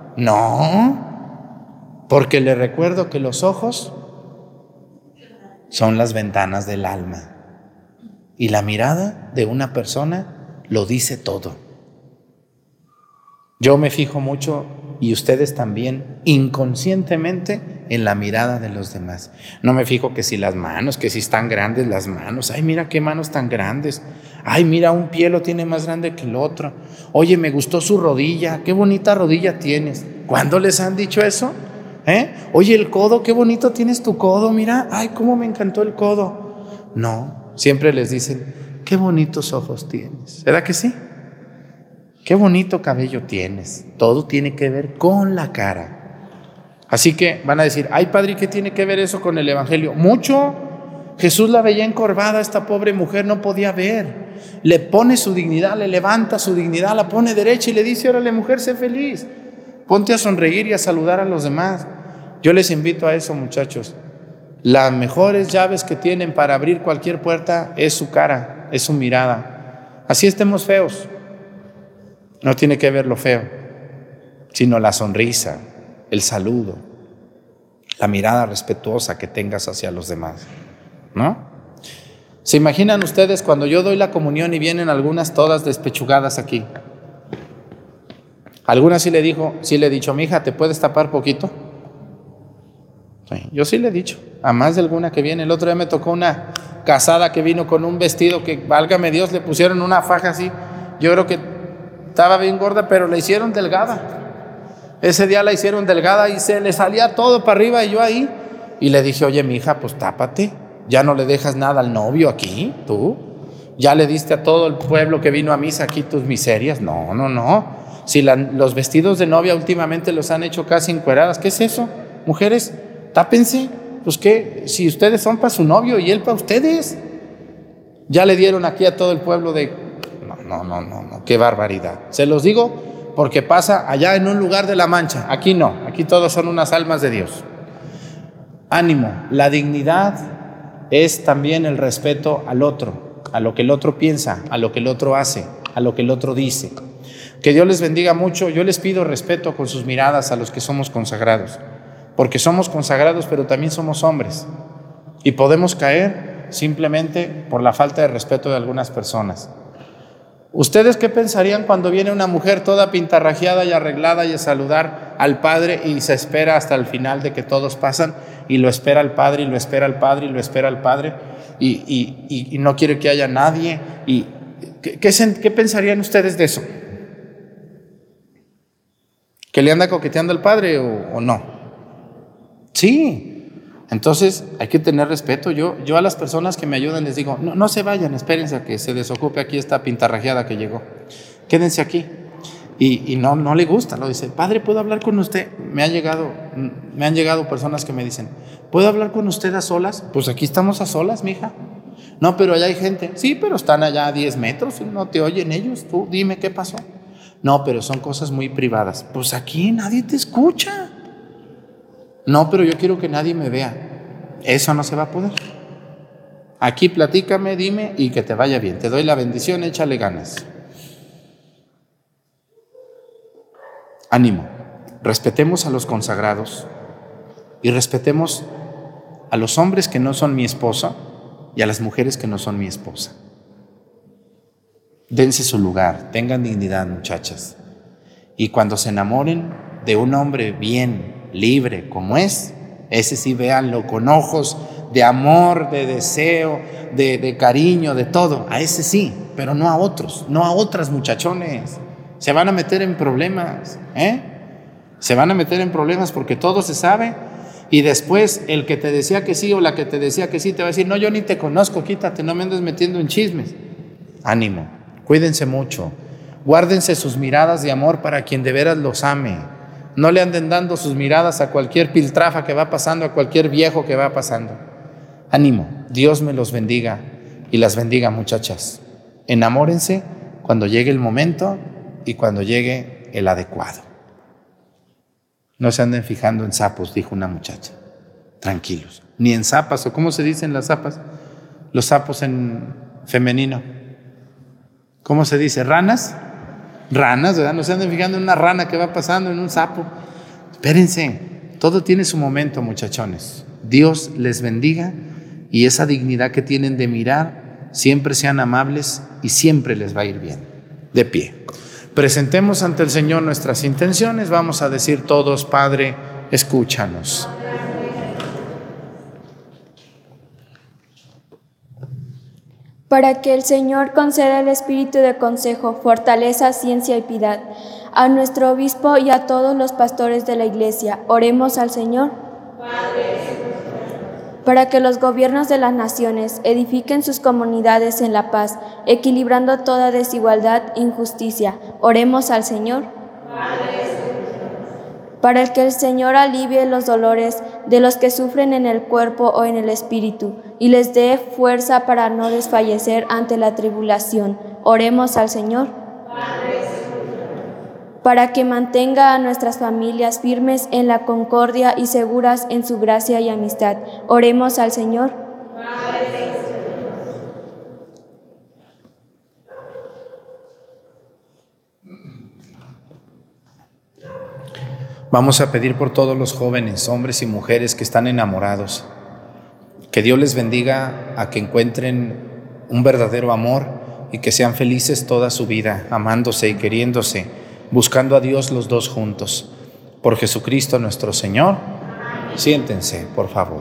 No, porque les recuerdo que los ojos son las ventanas del alma y la mirada de una persona lo dice todo. Yo me fijo mucho, y ustedes también, inconscientemente en la mirada de los demás. No me fijo que si las manos, que si están grandes las manos. Ay, mira qué manos tan grandes. Ay, mira, un pie lo tiene más grande que el otro. Oye, me gustó su rodilla, qué bonita rodilla tienes. ¿Cuándo les han dicho eso? Oye, el codo, qué bonito tienes tu codo, mira. Ay, cómo me encantó el codo. No, siempre les dicen, qué bonitos ojos tienes. ¿Verdad que sí? Qué bonito cabello tienes. Todo tiene que ver con la cara. Así que van a decir, ay padre, ¿qué tiene que ver eso con el evangelio? Mucho. Jesús la veía encorvada, esta pobre mujer no podía ver. Le pone su dignidad, le levanta su dignidad, la pone derecha y le dice, órale mujer, sé feliz. Ponte a sonreír y a saludar a los demás. Yo les invito a eso, muchachos. Las mejores llaves que tienen para abrir cualquier puerta es su cara, es su mirada. Así estemos feos. No tiene que ver lo feo, sino la sonrisa, el saludo, la mirada respetuosa que tengas hacia los demás, ¿no? ¿Se imaginan ustedes cuando yo doy la comunión y vienen algunas todas despechugadas aquí? Algunas sí le he dicho, mija, ¿te puedes tapar poquito? Sí, yo sí le he dicho, a más de alguna que viene. El otro día me tocó una casada que vino con un vestido que, válgame Dios, le pusieron una faja así. Yo creo que estaba bien gorda, pero la hicieron delgada. Ese día la hicieron delgada y se le salía todo para arriba y yo ahí. Y le dije, oye, mija, pues tápate. Ya no le dejas nada al novio aquí, tú. Ya le diste a todo el pueblo que vino a misa aquí tus miserias. No, no, no. Si los vestidos de novia últimamente los han hecho casi encueradas. ¿Qué es eso? Mujeres, tápense. Pues qué, si ustedes son para su novio y él para ustedes. Ya le dieron aquí a todo el pueblo de... No, qué barbaridad. Se los digo porque pasa allá en un lugar de La Mancha. Aquí no, aquí todos son unas almas de Dios. Ánimo, la dignidad es también el respeto al otro, a lo que el otro piensa, a lo que el otro hace, a lo que el otro dice. Que Dios les bendiga mucho. Yo les pido respeto con sus miradas a los que somos consagrados, porque somos consagrados, pero también somos hombres y podemos caer simplemente por la falta de respeto de algunas personas. ¿Ustedes qué pensarían cuando viene una mujer toda pintarrajeada y arreglada y a saludar al padre y se espera hasta el final de que todos pasan y lo espera el padre y lo espera el padre y lo espera el padre y no quiere que haya nadie? Y ¿qué pensarían ustedes de eso? ¿Que le anda coqueteando al padre o no? Sí. Entonces hay que tener respeto. Yo a las personas que me ayudan les digo, no se vayan, espérense a que se desocupe aquí esta pintarrajeada que llegó. Quédense aquí. Y no le gusta, lo dice, padre, ¿puedo hablar con usted? Me han llegado personas que me dicen, ¿puedo hablar con usted a solas? Pues aquí estamos a solas, mija. No, pero allá hay gente. Sí, pero están allá a 10 metros, no te oyen ellos. Tú dime qué pasó. No, pero son cosas muy privadas. Pues aquí nadie te escucha. No, pero yo quiero que nadie me vea. Eso no se va a poder. Aquí platícame, dime y que te vaya bien. Te doy la bendición, échale ganas. Ánimo. Respetemos a los consagrados y respetemos a los hombres que no son mi esposa y a las mujeres que no son mi esposa. Dense su lugar, tengan dignidad, muchachas. Y cuando se enamoren de un hombre bien, libre como es, ese sí véanlo con ojos de amor, de deseo, de cariño, de todo. A ese sí, pero no a otros, no a otras, muchachones. Se van a meter en problemas, Se van a meter en problemas porque todo se sabe y después el que te decía que sí o la que te decía que sí te va a decir, no, yo ni te conozco, quítate, no me andes metiendo en chismes. Ánimo, cuídense mucho, guárdense sus miradas de amor para quien de veras los ame. No le anden dando sus miradas a cualquier piltrafa que va pasando, a cualquier viejo que va pasando. Ánimo, Dios me los bendiga y las bendiga, muchachas. Enamórense cuando llegue el momento y cuando llegue el adecuado. No se anden fijando en sapos, dijo una muchacha. Tranquilos. Ni en zapas, o ¿cómo se dicen las zapas? Los sapos en femenino. ¿Cómo se dice? ¿Ranas? Ranas, ¿verdad? No se anden fijando en una rana que va pasando, en un sapo. Espérense, todo tiene su momento, muchachones. Dios les bendiga y esa dignidad que tienen de mirar, siempre sean amables y siempre les va a ir bien. De pie. Presentemos ante el Señor nuestras intenciones. Vamos a decir todos, Padre, escúchanos. Para que el Señor conceda el espíritu de consejo, fortaleza, ciencia y piedad a nuestro obispo y a todos los pastores de la Iglesia. Oremos al Señor. Para que los gobiernos de las naciones edifiquen sus comunidades en la paz, equilibrando toda desigualdad e injusticia. Oremos al Señor. Para que el Señor alivie los dolores de los que sufren en el cuerpo o en el espíritu y les dé fuerza para no desfallecer ante la tribulación. Oremos al Señor. Para que mantenga a nuestras familias firmes en la concordia y seguras en su gracia y amistad. Oremos al Señor. Vamos a pedir por todos los jóvenes, hombres y mujeres que están enamorados. Que Dios les bendiga a que encuentren un verdadero amor y que sean felices toda su vida, amándose y queriéndose, buscando a Dios los dos juntos. Por Jesucristo nuestro Señor. Siéntense, por favor.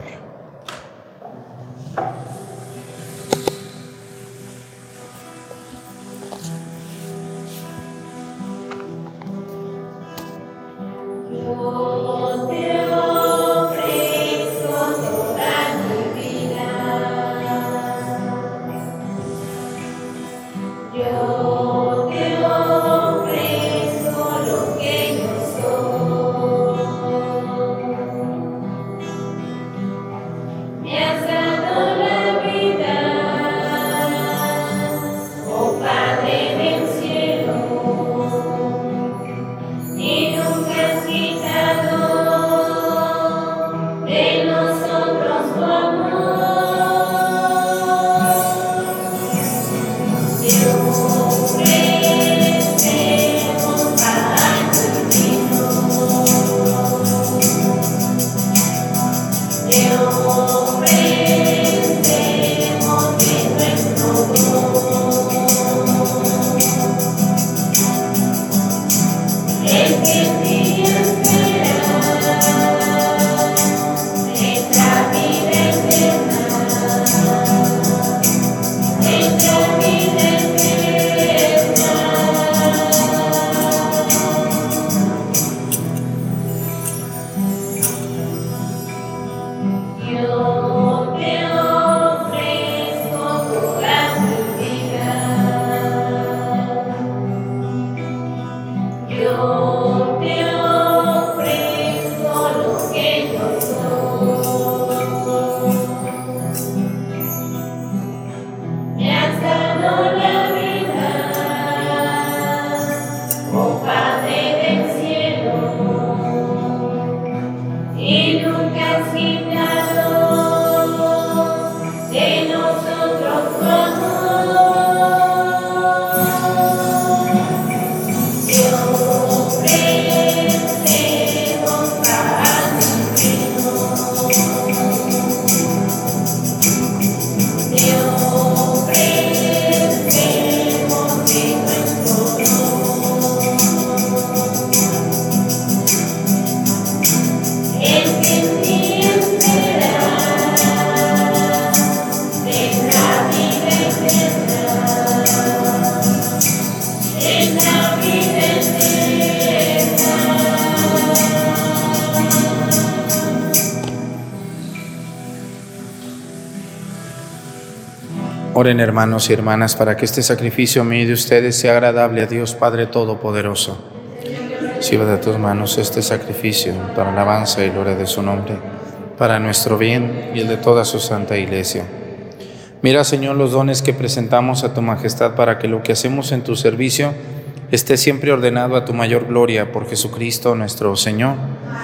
Oren, hermanos y hermanas, para que este sacrificio mío de ustedes sea agradable a Dios Padre Todopoderoso. Reciba de tus manos este sacrificio para alabanza y gloria de su nombre, para nuestro bien y el de toda su santa Iglesia. Mira, Señor, los dones que presentamos a tu majestad para que lo que hacemos en tu servicio esté siempre ordenado a tu mayor gloria por Jesucristo nuestro Señor.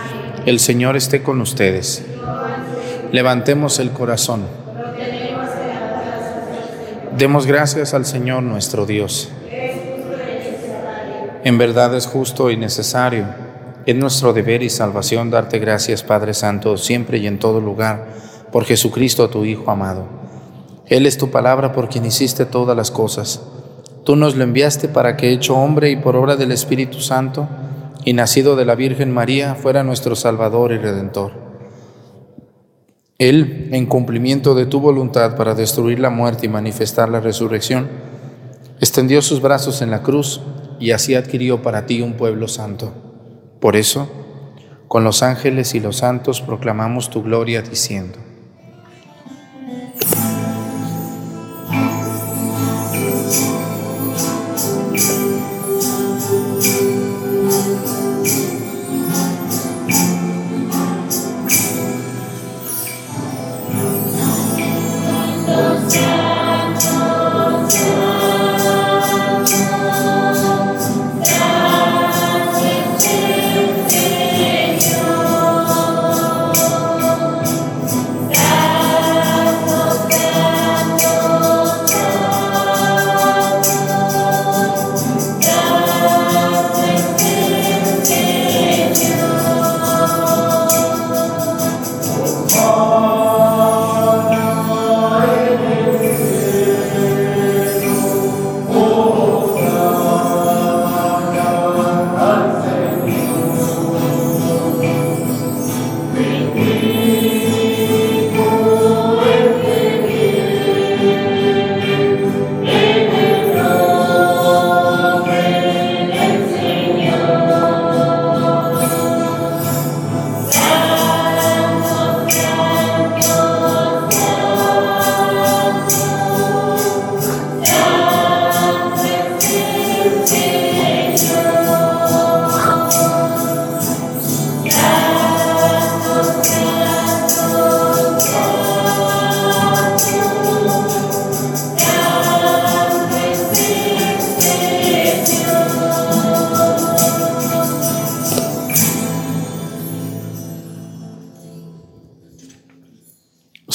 El Señor esté con ustedes. Levantemos el corazón. Demos gracias al Señor nuestro Dios. En verdad es justo y necesario. Es nuestro deber y salvación darte gracias, Padre Santo, siempre y en todo lugar, por Jesucristo, tu Hijo amado. Él es tu palabra por quien hiciste todas las cosas. Tú nos lo enviaste para que, hecho hombre y por obra del Espíritu Santo, y nacido de la Virgen María, fuera nuestro Salvador y Redentor. Él, en cumplimiento de tu voluntad para destruir la muerte y manifestar la resurrección, extendió sus brazos en la cruz y así adquirió para ti un pueblo santo. Por eso, con los ángeles y los santos proclamamos tu gloria diciendo: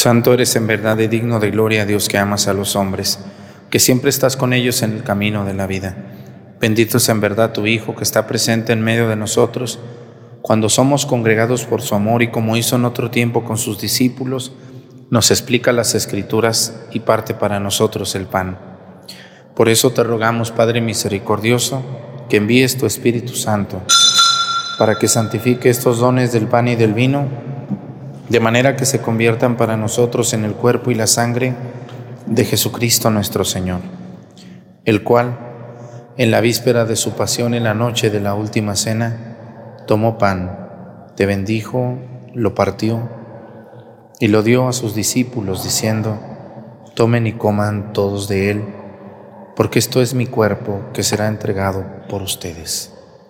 Santo eres en verdad y digno de gloria, Dios que amas a los hombres, que siempre estás con ellos en el camino de la vida. Bendito es en verdad tu Hijo, que está presente en medio de nosotros, cuando somos congregados por su amor, y como hizo en otro tiempo con sus discípulos, nos explica las Escrituras y parte para nosotros el pan. Por eso te rogamos, Padre misericordioso, que envíes tu Espíritu Santo, para que santifique estos dones del pan y del vino, de manera que se conviertan para nosotros en el cuerpo y la sangre de Jesucristo nuestro Señor, el cual, en la víspera de su pasión, en la noche de la última cena, tomó pan, te bendijo, lo partió y lo dio a sus discípulos, diciendo: tomen y coman todos de él, porque esto es mi cuerpo que será entregado por ustedes.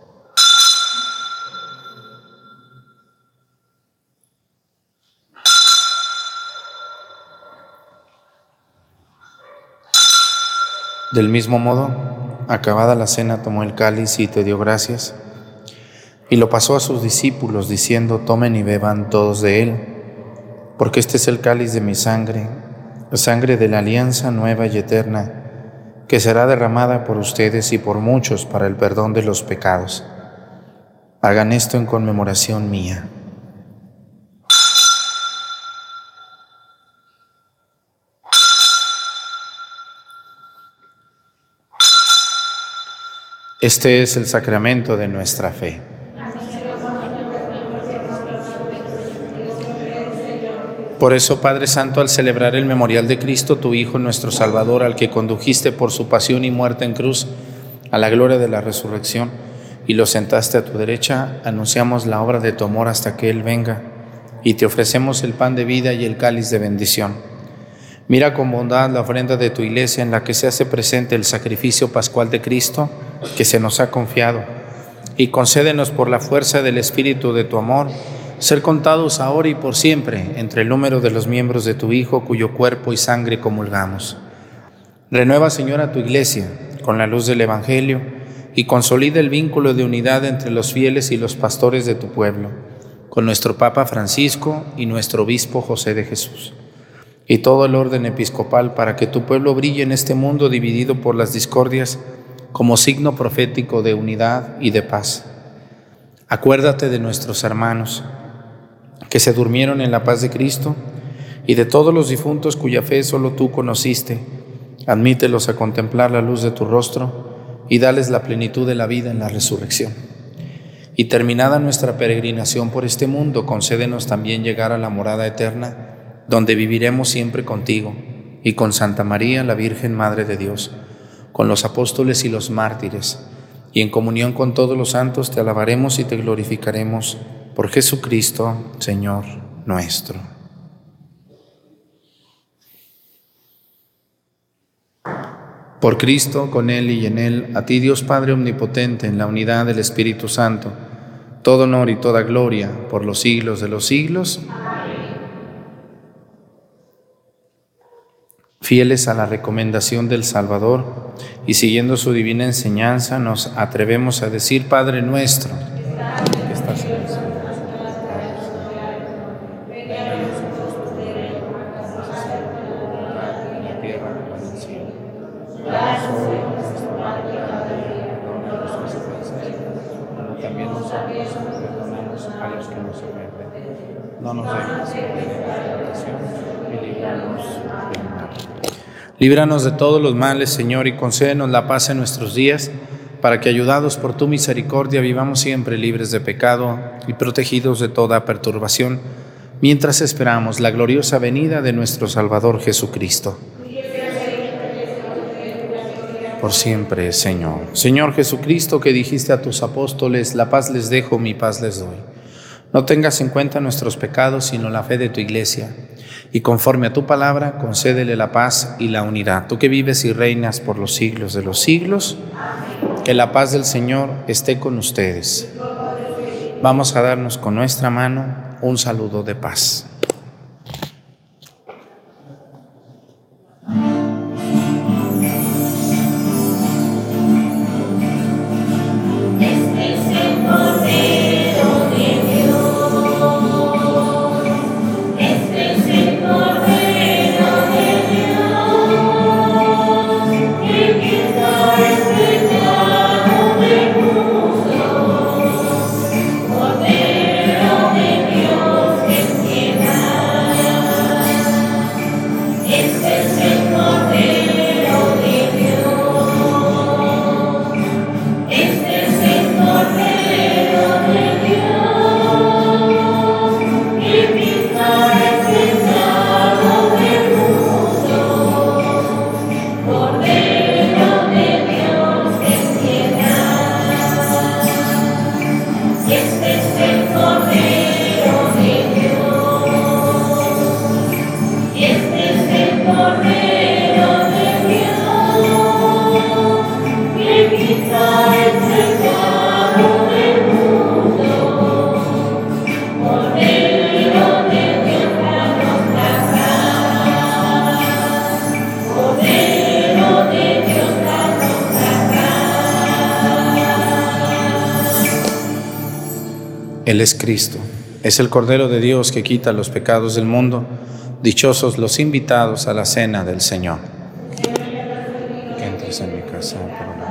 Del mismo modo, acabada la cena, tomó el cáliz y te dio gracias, y lo pasó a sus discípulos, diciendo: tomen y beban todos de él, porque este es el cáliz de mi sangre, la sangre de la alianza nueva y eterna, que será derramada por ustedes y por muchos para el perdón de los pecados. Hagan esto en conmemoración mía. Este es el sacramento de nuestra fe. Por eso, Padre Santo, al celebrar el memorial de Cristo, tu Hijo, nuestro Salvador, al que condujiste por su pasión y muerte en cruz a la gloria de la resurrección y lo sentaste a tu derecha, anunciamos la obra de tu amor hasta que Él venga, y te ofrecemos el pan de vida y el cáliz de bendición. Mira con bondad la ofrenda de tu Iglesia, en la que se hace presente el sacrificio pascual de Cristo que se nos ha confiado, y concédenos por la fuerza del Espíritu de tu amor ser contados ahora y por siempre entre el número de los miembros de tu Hijo, cuyo cuerpo y sangre comulgamos. Renueva, Señor, a tu Iglesia con la luz del Evangelio, y consolida el vínculo de unidad entre los fieles y los pastores de tu pueblo, con nuestro Papa Francisco y nuestro Obispo José de Jesús, y todo el orden episcopal, para que tu pueblo brille en este mundo dividido por las discordias como signo profético de unidad y de paz. Acuérdate de nuestros hermanos que se durmieron en la paz de Cristo, y de todos los difuntos cuya fe solo tú conociste. Admítelos a contemplar la luz de tu rostro y dales la plenitud de la vida en la resurrección. Y terminada nuestra peregrinación por este mundo, concédenos también llegar a la morada eterna, donde viviremos siempre contigo y con Santa María, la Virgen Madre de Dios, con los apóstoles y los mártires, y en comunión con todos los santos te alabaremos y te glorificaremos por Jesucristo, Señor nuestro. Por Cristo, con Él y en Él, a ti, Dios Padre omnipotente, en la unidad del Espíritu Santo, todo honor y toda gloria por los siglos de los siglos. Amén. Fieles a la recomendación del Salvador y siguiendo su divina enseñanza, nos atrevemos a decir: Padre nuestro, que estás en el cielo. También nosotros perdonamos a los que nos ofenden. No nos dejes caer en la tentación y líbranos del mal. Líbranos de todos los males, Señor, y concédenos la paz en nuestros días, para que, ayudados por tu misericordia, vivamos siempre libres de pecado y protegidos de toda perturbación, mientras esperamos la gloriosa venida de nuestro Salvador Jesucristo. Por siempre, Señor. Señor Jesucristo, que dijiste a tus apóstoles: la paz les dejo, mi paz les doy. No tengas en cuenta nuestros pecados, sino la fe de tu Iglesia, y conforme a tu palabra, concédele la paz y la unidad. Tú que vives y reinas por los siglos de los siglos, que la paz del Señor esté con ustedes. Vamos a darnos con nuestra mano un saludo de paz. Este es el Cordero Él es Cristo, es el Cordero de Dios que quita los pecados del mundo. Dichosos los invitados a la cena del Señor. Que entres en mi casa por una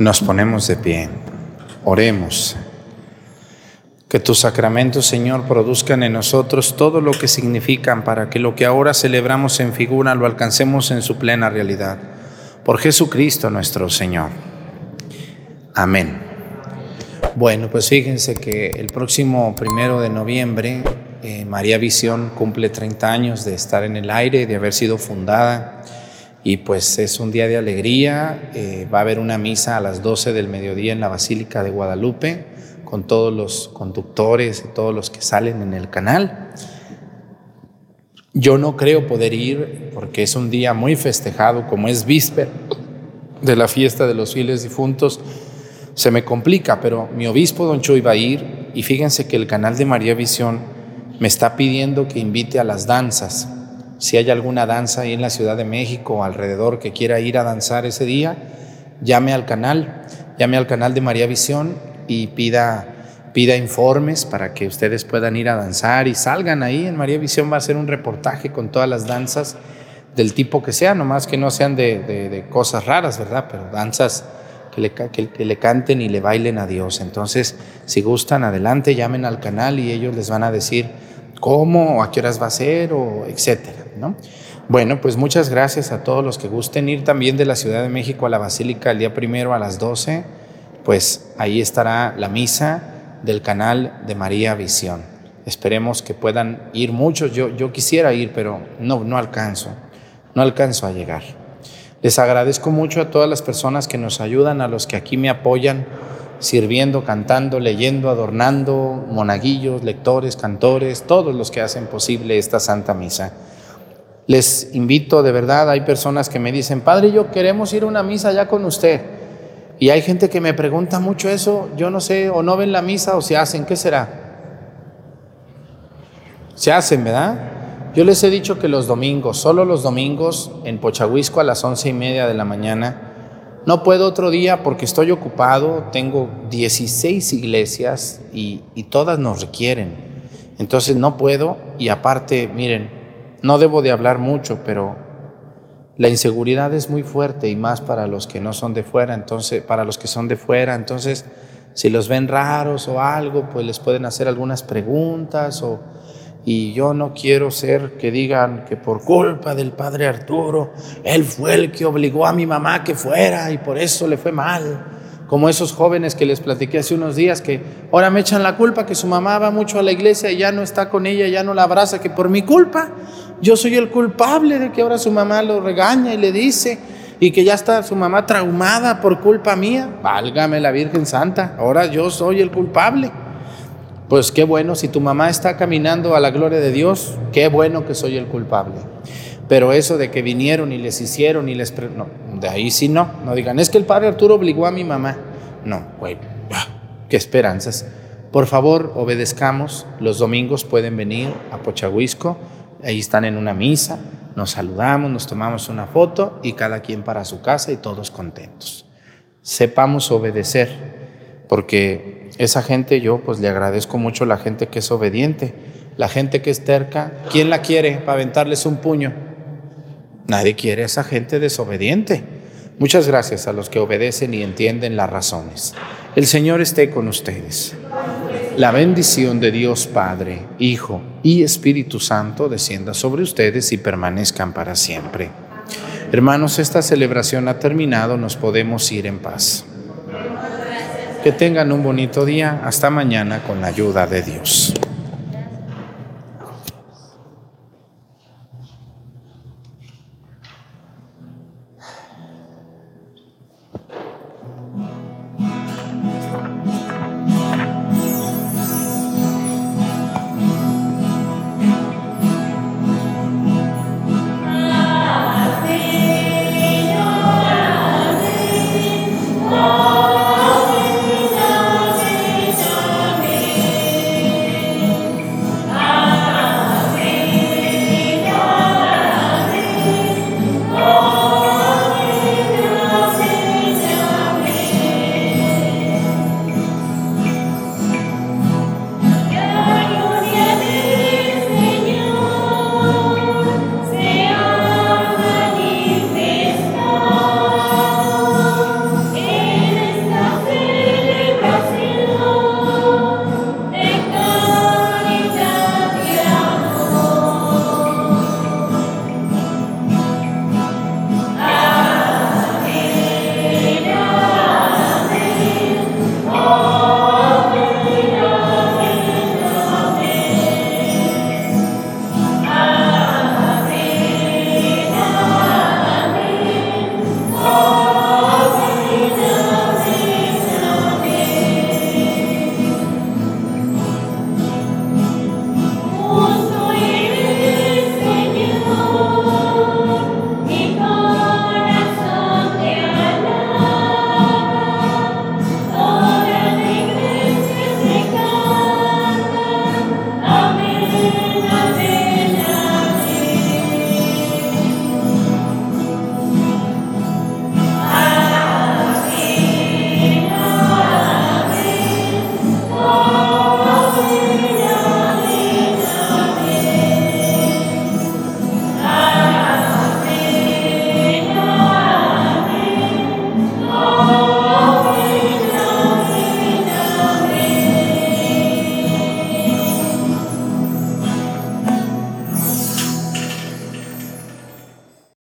Nos ponemos de pie. Oremos. Que tus sacramentos, Señor, produzcan en nosotros todo lo que significan para que lo que ahora celebramos en figura lo alcancemos en su plena realidad. Por Jesucristo nuestro Señor. Amén. Bueno, pues fíjense que el próximo 1 de noviembre María Visión cumple 30 años de estar en el aire, de haber sido fundada, y pues es un día de alegría. Va a haber una misa a las 12 del mediodía en la Basílica de Guadalupe, con todos los conductores y todos los que salen en el canal. Yo no creo poder ir porque es un día muy festejado, como es víspera de la fiesta de los fieles difuntos. Se me complica, pero mi obispo don Chuy va a ir, y fíjense que el canal de María Visión me está pidiendo que invite a las danzas. Si hay alguna danza ahí en la Ciudad de México o alrededor que quiera ir a danzar ese día, llame al canal de María Visión y pida informes para que ustedes puedan ir a danzar y salgan ahí. En María Visión va a hacer un reportaje con todas las danzas del tipo que sea, nomás que no sean de cosas raras, ¿verdad? Pero danzas que le canten y le bailen a Dios. Entonces, si gustan, adelante, llamen al canal y ellos les van a decir cómo, o a qué horas va a ser, o etcétera, ¿no? Bueno, pues muchas gracias a todos los que gusten ir también de la Ciudad de México a la Basílica el día 1 a las 12. Pues ahí estará la misa del canal de María Visión. Esperemos que puedan ir muchos. Yo quisiera ir, pero no alcanzo a llegar. Les agradezco mucho a todas las personas que nos ayudan, a los que aquí me apoyan, sirviendo, cantando, leyendo, adornando, monaguillos, lectores, cantores, todos los que hacen posible esta Santa Misa. Les invito, de verdad, hay personas que me dicen: Padre, yo queremos ir a una misa ya con usted. Y hay gente que me pregunta mucho eso, yo no sé, o no ven la misa o se hacen, ¿qué será? Se hacen, ¿verdad? Yo les he dicho que los domingos, solo los domingos, en Pochahuisco a las 11:30 de la mañana. No puedo otro día porque estoy ocupado, tengo 16 iglesias y todas nos requieren. Entonces no puedo, y aparte, miren, no debo de hablar mucho, pero la inseguridad es muy fuerte, y más para los que no son de fuera, entonces, para los que son de fuera, entonces, si los ven raros o algo, pues les pueden hacer algunas preguntas, y yo no quiero ser que digan que por culpa del padre Arturo, él fue el que obligó a mi mamá que fuera y por eso le fue mal. Como esos jóvenes que les platiqué hace unos días, que ahora me echan la culpa que su mamá va mucho a la iglesia y ya no está con ella, ya no la abraza, que por mi culpa yo soy el culpable de que ahora su mamá lo regaña y le dice, y que ya está su mamá traumada por culpa mía. Válgame la Virgen Santa, ahora yo soy el culpable. Pues qué bueno, si tu mamá está caminando a la gloria de Dios, qué bueno que soy el culpable. Pero eso de que vinieron y les hicieron y les... No, de ahí sí no digan, es que el padre Arturo obligó a mi mamá. No, güey, qué esperanzas. Por favor, obedezcamos. Los domingos pueden venir a Pochahuisco, ahí están en una misa, nos saludamos, nos tomamos una foto y cada quien para su casa y todos contentos. Sepamos obedecer, porque esa gente, yo pues le agradezco mucho a la gente que es obediente, la gente que es terca. ¿Quién la quiere para aventarles un puño? Nadie quiere a esa gente desobediente. Muchas gracias a los que obedecen y entienden las razones. El Señor esté con ustedes. La bendición de Dios Padre, Hijo y Espíritu Santo descienda sobre ustedes y permanezcan para siempre. Hermanos, esta celebración ha terminado, nos podemos ir en paz. Que tengan un bonito día. Hasta mañana con la ayuda de Dios.